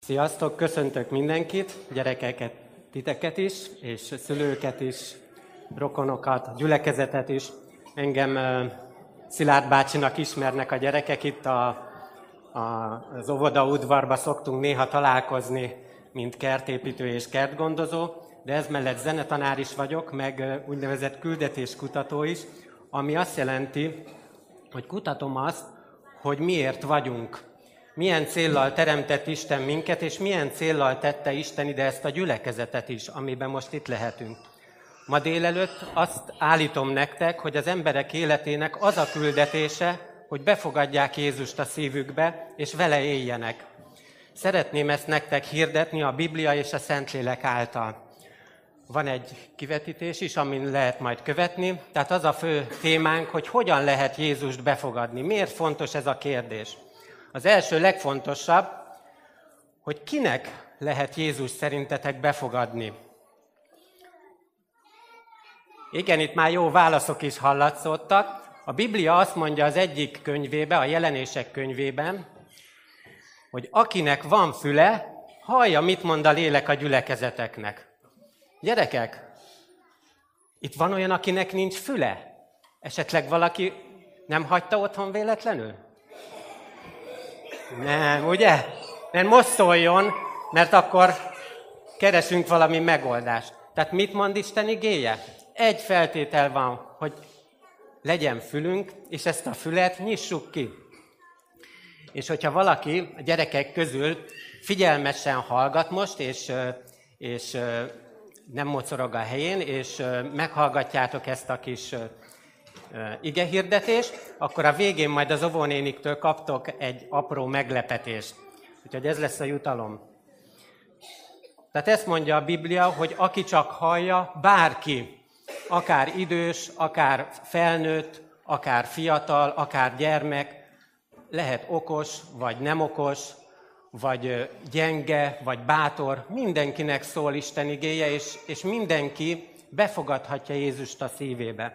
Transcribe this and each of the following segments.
Sziasztok, köszöntök mindenkit, gyerekeket, titeket is, és szülőket is, rokonokat, gyülekezetet is. Engem Szilárd bácsinak ismernek a gyerekek, itt az óvoda udvarba szoktunk néha találkozni, mint kertépítő és kertgondozó, de ez mellett zenetanár is vagyok, meg úgynevezett küldetéskutató is, ami azt jelenti, hogy kutatom azt, hogy miért vagyunk. Milyen céllal teremtett Isten minket, és milyen céllal tette Isten ide ezt a gyülekezetet is, amiben most itt lehetünk. Ma délelőtt azt állítom nektek, hogy az emberek életének az a küldetése, hogy befogadják Jézust a szívükbe, és vele éljenek. Szeretném ezt nektek hirdetni a Biblia és a Szentlélek által. Van egy kivetítés is, amin lehet majd követni. Tehát az a fő témánk, hogy hogyan lehet Jézust befogadni. Miért fontos ez a kérdés? Az első legfontosabb, hogy kinek lehet Jézus szerintetek befogadni. Igen, itt már jó válaszok is hallatszottak. A Biblia azt mondja az egyik könyvében, a Jelenések könyvében, hogy akinek van füle, hallja, mit mond a lélek a gyülekezeteknek. Gyerekek, itt van olyan, akinek nincs füle? Esetleg valaki nem hagyta otthon véletlenül? Nem, ugye? Mert most szóljon, mert akkor keresünk valami megoldást. Tehát mit mond Isten igéje? Egy feltétel van, hogy legyen fülünk, és ezt a fület nyissuk ki. És hogyha valaki a gyerekek közül figyelmesen hallgat most, és nem mocorog a helyén, és meghallgatjátok ezt a kis igehirdetést, akkor a végén majd az óvónéniktől kaptok egy apró meglepetést. Úgyhogy ez lesz a jutalom. Tehát ezt mondja a Biblia, hogy aki csak hallja, bárki, akár idős, akár felnőtt, akár fiatal, akár gyermek, lehet okos, vagy nem okos, vagy gyenge, vagy bátor, mindenkinek szól Isten igéje, és mindenki befogadhatja Jézust a szívébe.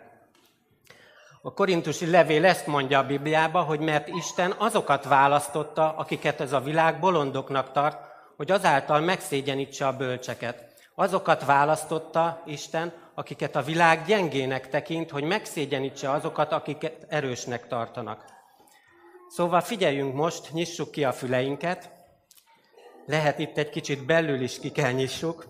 A korintusi levél ezt mondja a Bibliában, hogy mert Isten azokat választotta, akiket ez a világ bolondoknak tart, hogy azáltal megszégyenítse a bölcseket. Azokat választotta Isten, akiket a világ gyengének tekint, hogy megszégyenítse azokat, akiket erősnek tartanak. Szóval figyeljünk most, nyissuk ki a füleinket, lehet itt egy kicsit belül is ki kell nyissuk,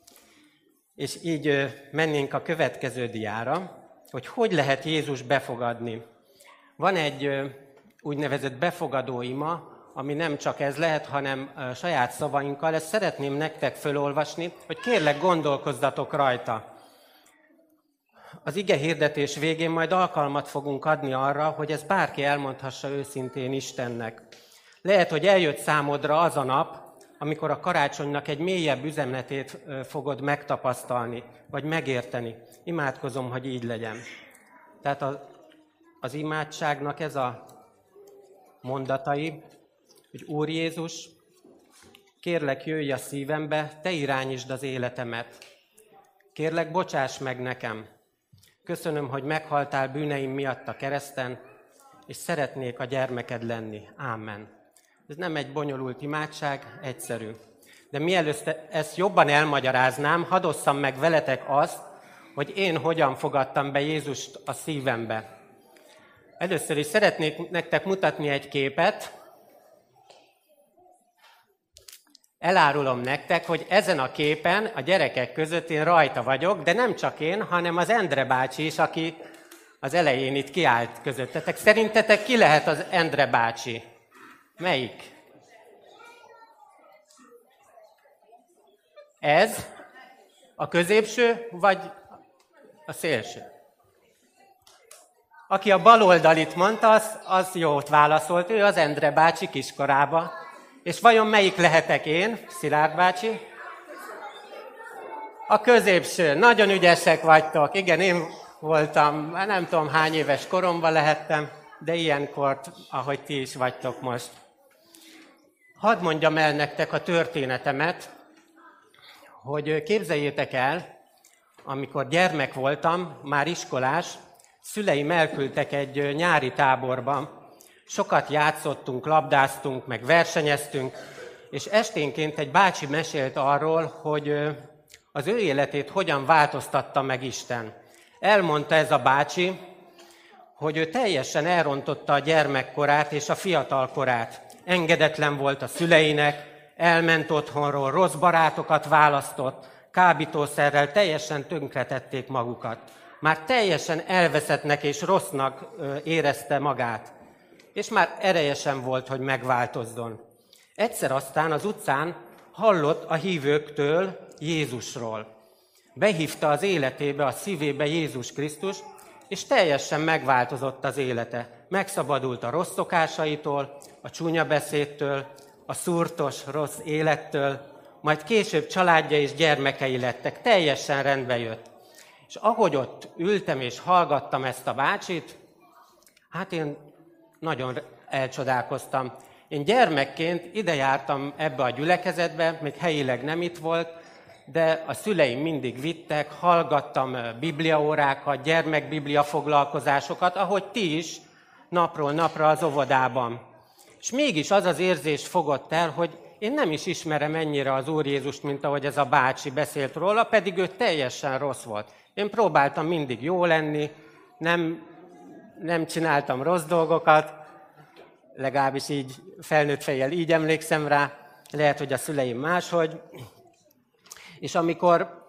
és így mennénk a következő diára, hogy lehet Jézus befogadni. Van egy úgynevezett befogadó ima, ami nem csak ez lehet, hanem saját szavainkkal. Ezt szeretném nektek fölolvasni, hogy kérlek gondolkozzatok rajta. Az ige hirdetés végén majd alkalmat fogunk adni arra, hogy ezt bárki elmondhassa őszintén Istennek. Lehet, hogy eljött számodra az a nap, amikor a karácsonynak egy mélyebb üzenetét fogod megtapasztalni, vagy megérteni. Imádkozom, hogy így legyen. Tehát az imádságnak ez a mondatai, hogy Úr Jézus, kérlek, jöjj a szívembe, te irányítsd az életemet. Kérlek, bocsáss meg nekem. Köszönöm, hogy meghaltál bűneim miatt a kereszten, és szeretnék a gyermeked lenni. Ámen. Ez nem egy bonyolult imádság, egyszerű. De mielőtt ezt jobban elmagyaráznám, hadd osszam meg veletek azt, hogy én hogyan fogadtam be Jézust a szívembe. Először is szeretnék nektek mutatni egy képet. Elárulom nektek, hogy ezen a képen a gyerekek között én rajta vagyok, de nem csak én, hanem az Endre bácsi is, aki az elején itt kiállt közöttetek. Szerintetek ki lehet az Endre bácsi? Melyik? Ez? A középső, vagy a szélső? Aki a bal oldalit mondta, az jót válaszolt, ő az Endre bácsi kiskorába. És vajon melyik lehetek én, Szilárd bácsi? A középső. Nagyon ügyesek vagytok. Igen, én voltam, nem tudom hány éves koromban lehettem, de ilyenkort, ahogy ti is vagytok most. Hadd mondjam el nektek a történetemet, hogy képzeljétek el, amikor gyermek voltam, már iskolás, szüleim elküldtek egy nyári táborba. Sokat játszottunk, labdáztunk, meg versenyeztünk, és esténként egy bácsi mesélt arról, hogy az ő életét hogyan változtatta meg Isten. Elmondta ez a bácsi, hogy ő teljesen elrontotta a gyermekkorát és a fiatalkorát. Engedetlen volt a szüleinek, elment otthonról, rossz barátokat választott, kábítószerrel teljesen tönkretették magukat. Már teljesen elveszettnek és rossznak érezte magát, és már ereje sem volt, hogy megváltozzon. Egyszer aztán az utcán hallott a hívőktől Jézusról. Behívta az életébe, a szívébe Jézus Krisztus, és teljesen megváltozott az élete. Megszabadult a rossz szokásaitól, a csúnya beszédtől, a szúrtos, rossz élettől, majd később családja és gyermekei lettek, teljesen rendbe jött. És ahogy ott ültem és hallgattam ezt a bácsit, hát én nagyon elcsodálkoztam. Én gyermekként ide jártam ebbe a gyülekezetbe, még helyileg nem itt volt, de a szüleim mindig vittek, hallgattam bibliaórákat, gyermekbiblia foglalkozásokat, ahogy ti is, napról napra az óvodában. És mégis az az érzés fogott el, hogy én nem is ismerem ennyire az Úr Jézust, mint ahogy ez a bácsi beszélt róla, pedig ő teljesen rossz volt. Én próbáltam mindig jó lenni, nem csináltam rossz dolgokat, legalábbis így felnőtt fejjel így emlékszem rá, lehet, hogy a szüleim máshogy. És amikor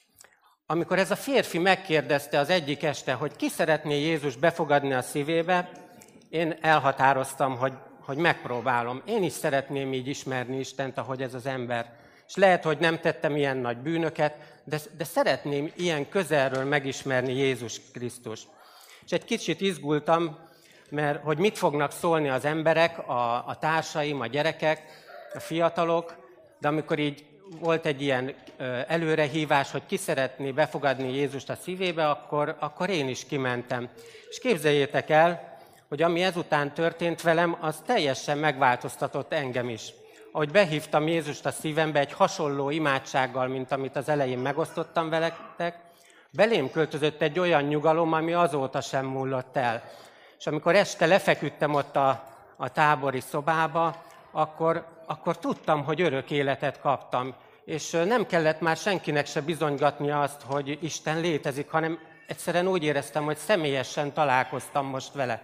ez a férfi megkérdezte az egyik este, hogy ki szeretné Jézus befogadni a szívébe, én elhatároztam, hogy megpróbálom. Én is szeretném így ismerni Istent, ahogy ez az ember. És lehet, hogy nem tettem ilyen nagy bűnöket, de szeretném ilyen közelről megismerni Jézus Krisztus. És egy kicsit izgultam, mert hogy mit fognak szólni az emberek, a társaim, a gyerekek, a fiatalok, de amikor így volt egy ilyen előrehívás, hogy ki szeretné befogadni Jézust a szívébe, akkor én is kimentem. És képzeljétek el, hogy ami ezután történt velem, az teljesen megváltoztatott engem is. Ahogy behívtam Jézust a szívembe egy hasonló imádsággal, mint amit az elején megosztottam veletek, belém költözött egy olyan nyugalom, ami azóta sem múlott el. És amikor este lefeküdtem ott a tábori szobába, akkor tudtam, hogy örök életet kaptam. És nem kellett már senkinek se bizonygatnia azt, hogy Isten létezik, hanem egyszerűen úgy éreztem, hogy személyesen találkoztam most vele.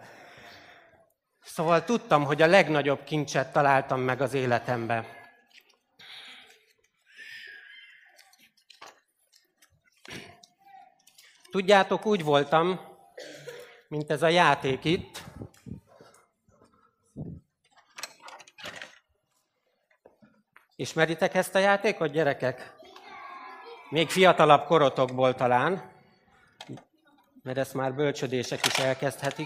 Szóval tudtam, hogy a legnagyobb kincset találtam meg az életembe. Tudjátok, úgy voltam, mint ez a játék itt. Ismeritek ezt a játékot, gyerekek? Még fiatalabb korotokból talán, mert ezt már bölcsödések is elkezdhetik.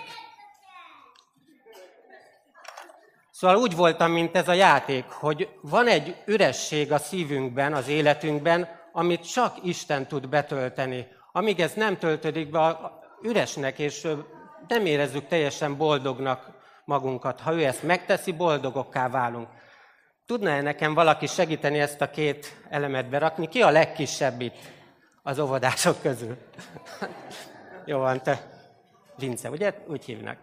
Szóval úgy voltam, mint ez a játék, hogy van egy üresség a szívünkben, az életünkben, amit csak Isten tud betölteni. Amíg ez nem töltődik be, üresnek, és nem érezzük teljesen boldognak magunkat. Ha ő ezt megteszi, boldogokká válunk. Tudná-e nekem valaki segíteni ezt a két elemet berakni? Ki a legkisebb itt az óvodások közül? Jó van, te Vince, ugye? Úgy hívnak.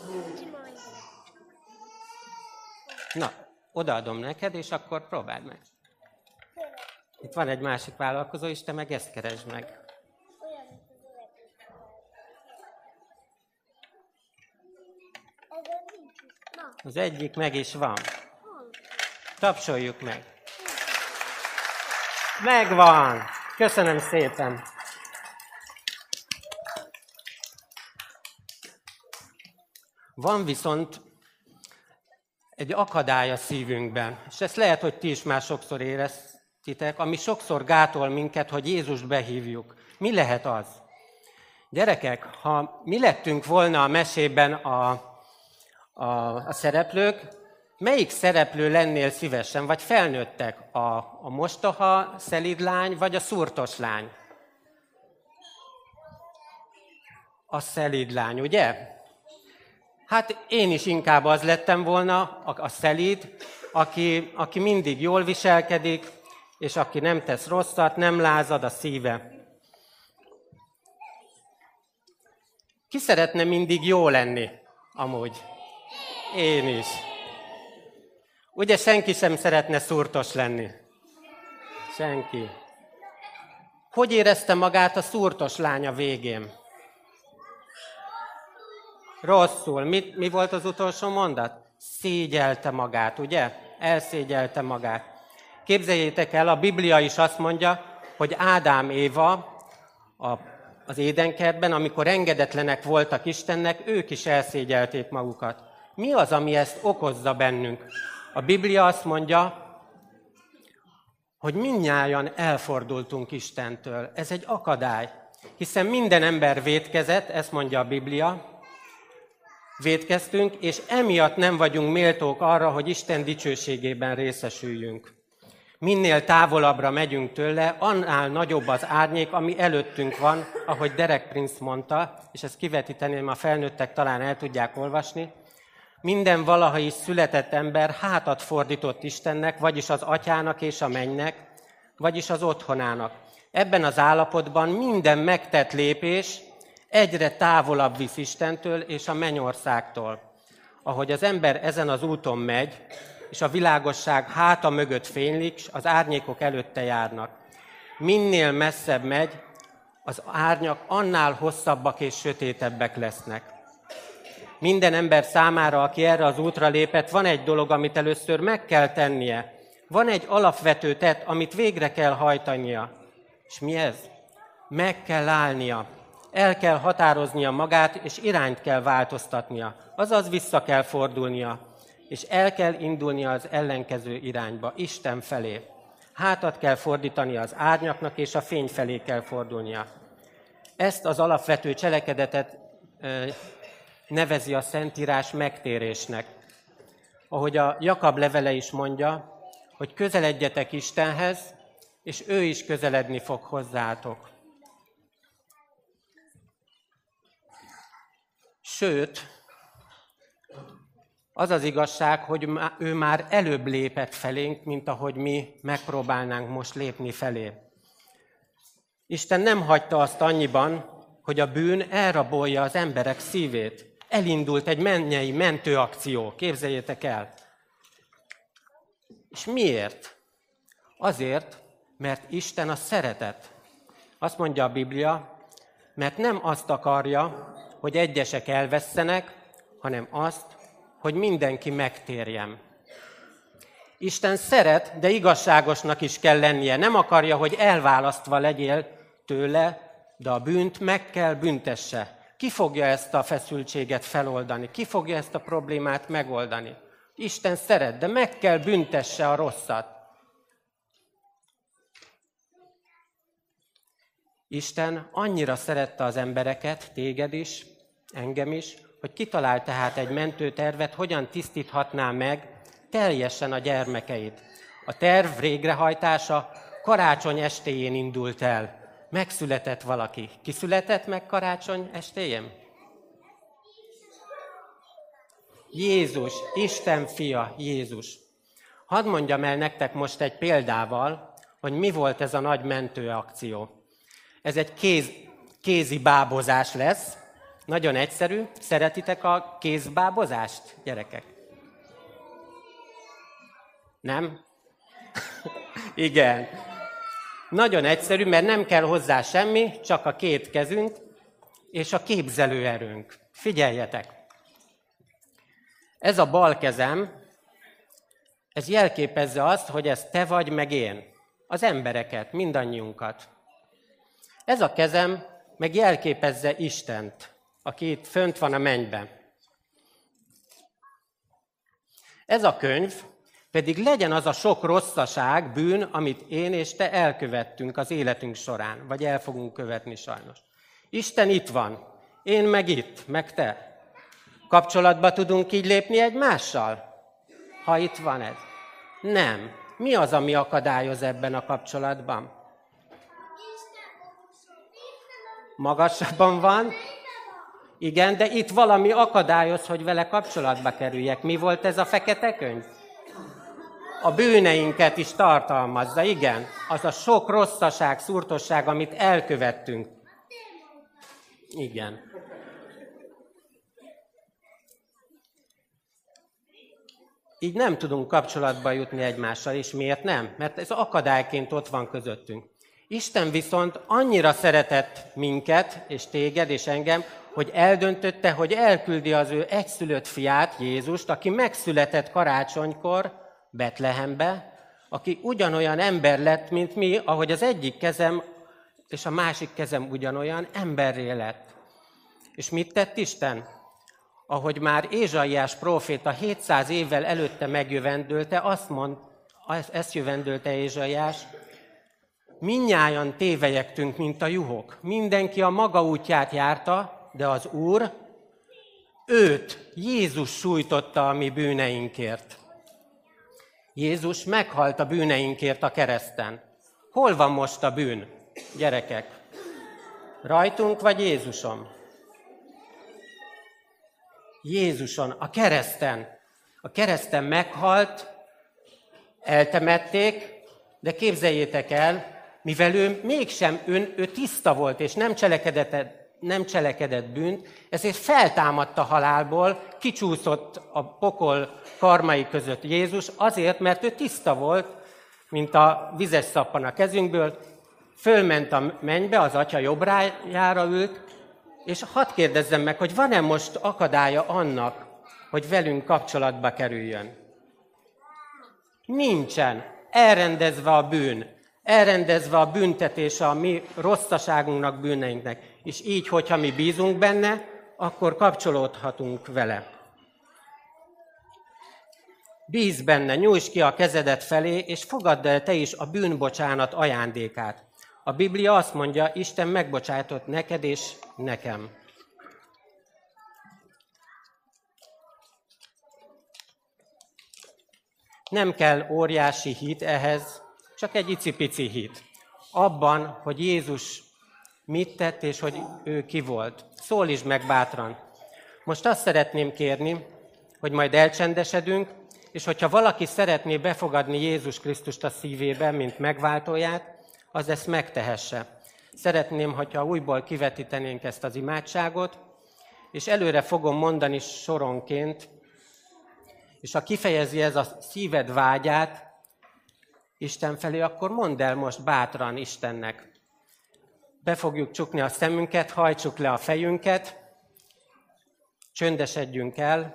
Na, odaadom neked, és akkor próbáld meg. Itt van egy másik vállalkozó, és te meg ezt keresd meg. Az egyik meg is van. Tapsoljuk meg. Megvan! Köszönöm szépen! Van viszont egy akadály a szívünkben, és ezt lehet, hogy ti is már sokszor éreztitek, ami sokszor gátol minket, hogy Jézust behívjuk. Mi lehet az? Gyerekek, ha mi lettünk volna a mesében a szereplők, melyik szereplő lennél szívesen, vagy felnőttek? A mostoha szelíd lány, vagy a szúrtos lány? A szelíd lány, ugye? Hát én is inkább az lettem volna, a szelíd, aki mindig jól viselkedik, és aki nem tesz rosszat, nem lázad a szíve. Ki szeretne mindig jó lenni, amúgy? Én is. Ugye senki sem szeretne szúrtos lenni? Senki. Hogy érezte magát a szúrtos lánya végén? Rosszul. Mi volt az utolsó mondat? Szégyelte magát, ugye? Elszégyelte magát. Képzeljétek el, a Biblia is azt mondja, hogy Ádám, Éva az édenkertben, amikor engedetlenek voltak Istennek, ők is elszégyelték magukat. Mi az, ami ezt okozza bennünk? A Biblia azt mondja, hogy mindnyájan elfordultunk Istentől. Ez egy akadály, hiszen minden ember vétkezett, ezt mondja a Biblia, vétkeztünk, és emiatt nem vagyunk méltók arra, hogy Isten dicsőségében részesüljünk. Minél távolabbra megyünk tőle, annál nagyobb az árnyék, ami előttünk van, ahogy Derek Prince mondta, és ezt kivetíteném, a felnőttek talán el tudják olvasni. Minden valaha is született ember hátat fordított Istennek, vagyis az atyának és a mennynek, vagyis az otthonának. Ebben az állapotban minden megtett lépés egyre távolabb visz Istentől és a mennyországtól. Ahogy az ember ezen az úton megy, és a világosság háta mögött fénylik, s az árnyékok előtte járnak. Minél messzebb megy, az árnyak annál hosszabbak és sötétebbek lesznek. Minden ember számára, aki erre az útra lépett, van egy dolog, amit először meg kell tennie. Van egy alapvető tett, amit végre kell hajtania. És mi ez? Meg kell állnia. El kell határoznia magát, és irányt kell változtatnia. Azaz vissza kell fordulnia. És el kell indulnia az ellenkező irányba, Isten felé. Hátat kell fordítani az árnyaknak, és a fény felé kell fordulnia. Ezt az alapvető cselekedetet nevezi a Szentírás megtérésnek. Ahogy a Jakab levele is mondja, hogy közeledjetek Istenhez, és ő is közeledni fog hozzátok. Sőt, az az igazság, hogy ő már előbb lépett felénk, mint ahogy mi megpróbálnánk most lépni felé. Isten nem hagyta azt annyiban, hogy a bűn elrabolja az emberek szívét. Elindult egy mennyei mentőakció, képzeljétek el. És miért? Azért, mert Isten a szeretet. Azt mondja a Biblia, mert nem azt akarja, hogy egyesek elvesszenek, hanem azt, hogy mindenki megtérjen. Isten szeret, de igazságosnak is kell lennie. Nem akarja, hogy elválasztva legyél tőle, de a bűnt meg kell büntesse. Ki fogja ezt a feszültséget feloldani? Ki fogja ezt a problémát megoldani? Isten szeret, de meg kell büntesse a rosszat. Isten annyira szerette az embereket, téged is, engem is, hogy kitalált tehát egy mentőtervet, hogyan tisztíthatná meg teljesen a gyermekeit. A terv végrehajtása karácsony estéjén indult el. Megszületett valaki. Ki született meg karácsony estéjén? Jézus, Isten fia, Jézus. Hadd mondjam el nektek most egy példával, hogy mi volt ez a nagy mentőakció. Ez egy kézi bábozás lesz. Nagyon egyszerű. Szeretitek a kézbábozást, gyerekek? Nem? Igen. Nagyon egyszerű, mert nem kell hozzá semmi, csak a két kezünk és a képzelőerőnk. Figyeljetek! Ez a bal kezem, ez jelképezze azt, hogy ez te vagy, meg én. Az embereket, mindannyiunkat. Ez a kezem meg jelképezze Istent, aki itt fönt van a mennyben. Ez a könyv pedig legyen az a sok rosszaság, bűn, amit én és te elkövettünk az életünk során, vagy el fogunk követni sajnos. Isten itt van, én meg itt, meg te. Kapcsolatba tudunk így lépni egymással, ha itt van ez? Nem. Mi az, ami akadályoz ebben a kapcsolatban? Magasabban van? Igen, de itt valami akadályoz, hogy vele kapcsolatba kerüljek. Mi volt ez a fekete könyv? A bűneinket is tartalmazza, igen. Az a sok rosszaság, szurtosság, amit elkövettünk. Igen. így nem tudunk kapcsolatba jutni egymással, és miért nem? Mert ez akadályként ott van közöttünk. Isten viszont annyira szeretett minket, és téged, és engem, hogy eldöntötte, hogy elküldi az ő egyszülött fiát, Jézust, aki megszületett karácsonykor Betlehembe, aki ugyanolyan ember lett, mint mi, ahogy az egyik kezem és a másik kezem ugyanolyan emberré lett. És mit tett Isten? Ahogy már Ézsaiás próféta 700 évvel előtte megjövendölte, ezt jövendölte Ézsaiás, mindnyájan tévelyegtünk, mint a juhok. Mindenki a maga útját járta, de az Úr őt, Jézus sújtotta a mi bűneinkért. Jézus meghalt a bűneinkért a kereszten. Hol van most a bűn, gyerekek? Rajtunk vagy Jézuson? Jézuson, a kereszten. A kereszten meghalt, eltemették, de képzeljétek el, mivel ő mégsem, ő tiszta volt, és nem cselekedett bűnt, ezért feltámadt a halálból, kicsúszott a pokol karmai között Jézus, azért, mert ő tiszta volt, mint a vizes szappan a kezünkből, fölment a mennybe, az Atya jobbrájára ült, és hadd kérdezzem meg, hogy van-e most akadálya annak, hogy velünk kapcsolatba kerüljön? Nincsen. Elrendezve a bűn, elrendezve a büntetés a mi rosszaságunknak, bűneinknek. És így, hogyha mi bízunk benne, akkor kapcsolódhatunk vele. Bízz benne, nyújtsd ki a kezedet felé, és fogadd el te is a bűnbocsánat ajándékát. A Biblia azt mondja, Isten megbocsájtott neked és nekem. Nem kell óriási hit ehhez, csak egy icipici hit. Abban, hogy Jézus mit tett, és hogy ő ki volt. Szólítsd meg bátran. Most azt szeretném kérni, hogy majd elcsendesedünk, és hogyha valaki szeretné befogadni Jézus Krisztust a szívébe, mint megváltóját, az ezt megtehesse. Szeretném, hogyha újból kivetítenénk ezt az imádságot, és előre fogom mondani soronként, és ha kifejezi ez a szíved vágyát Isten felé, akkor mondd el most bátran Istennek. Be fogjuk csukni a szemünket, hajtsuk le a fejünket, csöndesedjünk el,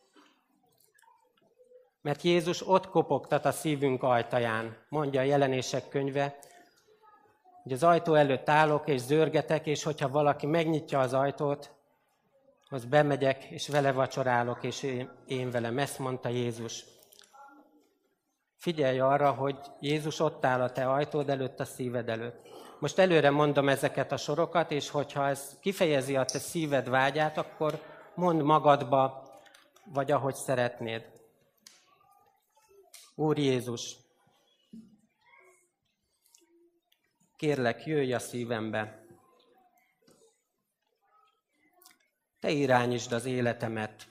mert Jézus ott kopogtat a szívünk ajtaján, mondja a Jelenések könyve, hogy az ajtó előtt állok és zörgetek, és hogyha valaki megnyitja az ajtót, az bemegyek, és vele vacsorálok, és én velem. Ezt mondta Jézus. Figyelj arra, hogy Jézus ott áll a te ajtód előtt, a szíved előtt. Most előre mondom ezeket a sorokat, és hogyha ez kifejezi a te szíved vágyát, akkor mondd magadba, vagy ahogy szeretnéd. Úr Jézus, kérlek, jöjj a szívembe. Te irányítsd az életemet.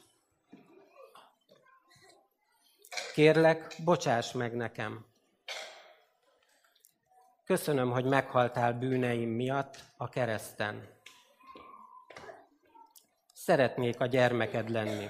Kérlek, bocsáss meg nekem. Köszönöm, hogy meghaltál bűneim miatt a kereszten. Szeretnék a gyermeked lenni.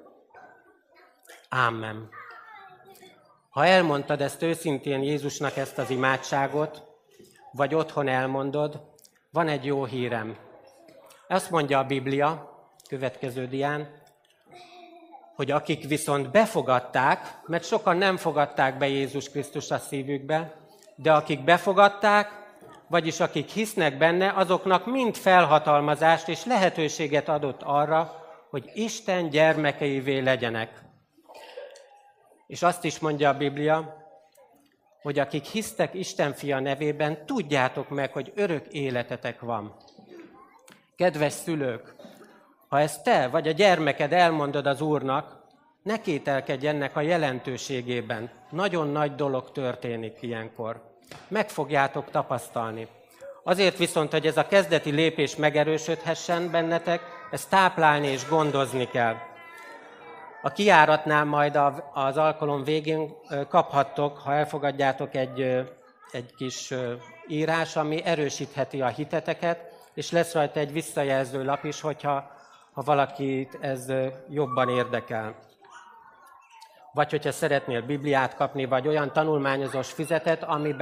Ámen. Ha elmondtad ezt őszintén Jézusnak ezt az imádságot, vagy otthon elmondod, van egy jó hírem. Azt mondja a Biblia, következő dián, hogy akik viszont befogadták, mert sokan nem fogadták be Jézus Krisztust a szívükbe, de akik befogadták, vagyis akik hisznek benne, azoknak mind felhatalmazást és lehetőséget adott arra, hogy Isten gyermekeivé legyenek. És azt is mondja a Biblia, hogy akik hisztek Isten fia nevében, tudjátok meg, hogy örök életetek van. Kedves szülők, ha ezt te vagy a gyermeked elmondod az Úrnak, ne kételkedj ennek a jelentőségében. Nagyon nagy dolog történik ilyenkor. Meg fogjátok tapasztalni. Azért viszont, hogy ez a kezdeti lépés megerősödhessen bennetek, ezt táplálni és gondozni kell. A kijáratnál majd az alkalom végén kaphattok, ha elfogadjátok egy kis írás, ami erősítheti a hiteteket, és lesz rajta egy visszajelző lap is, ha valakit ez jobban érdekel. vagy hogyha szeretnél Bibliát kapni, vagy olyan tanulmányozós füzetet,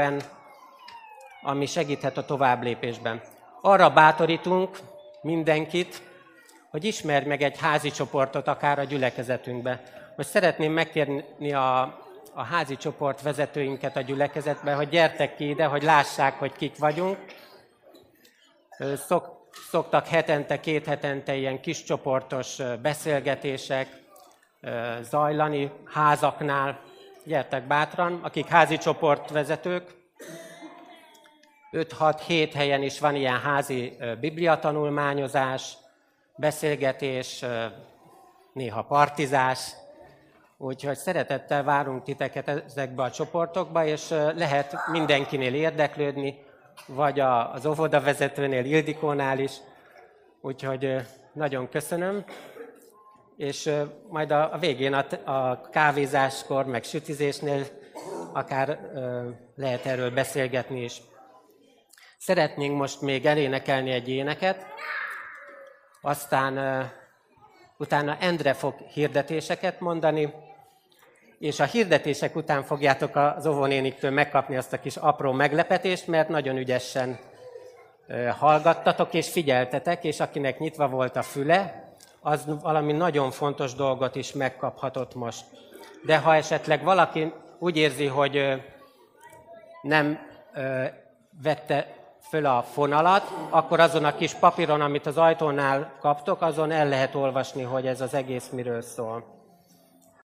ami segíthet a továbblépésben. Arra bátorítunk mindenkit, hogy ismerj meg egy házi csoportot akár a gyülekezetünkbe. Most szeretném megkérni a házi csoport vezetőinket a gyülekezetbe, hogy gyertek ki ide, hogy lássák, hogy kik vagyunk. Szoktak hetente, 2 hetente ilyen kis csoportos beszélgetések zajlani házaknál. Gyertek bátran, akik házi csoportvezetők. 5-6-7 helyen is van ilyen házi bibliatanulmányozás, beszélgetés, néha partizás. Úgyhogy szeretettel várunk titeket ezekbe a csoportokba, és lehet mindenkinél érdeklődni, vagy az óvodavezetőnél, Ildikónál is. Úgyhogy nagyon köszönöm. És majd a végén a kávézáskor, meg sütizésnél akár lehet erről beszélgetni is. Szeretnénk most még elénekelni egy éneket, aztán utána Endre fog hirdetéseket mondani, és a hirdetések után fogjátok az óvónéniktől megkapni azt a kis apró meglepetést, mert nagyon ügyesen hallgattatok és figyeltetek, és akinek nyitva volt a füle, az valami nagyon fontos dolgot is megkaphatott most. De ha esetleg valaki úgy érzi, hogy nem vette föl a fonalat, akkor azon a kis papíron, amit az ajtónál kaptok, azon el lehet olvasni, hogy ez az egész miről szól.